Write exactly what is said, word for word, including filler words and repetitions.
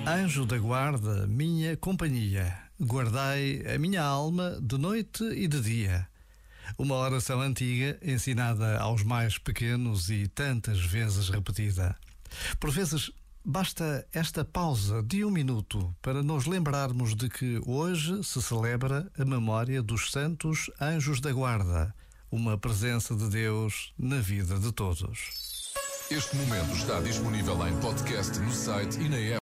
Anjo da guarda, minha companhia, guardai a minha alma de noite e de dia. Uma oração antiga, ensinada aos mais pequenos e tantas vezes repetida. Por vezes, basta esta pausa de um minuto para nos lembrarmos de que hoje se celebra a memória dos santos anjos da guarda, uma presença de Deus na vida de todos. Este momento está disponível em podcast no site e na app.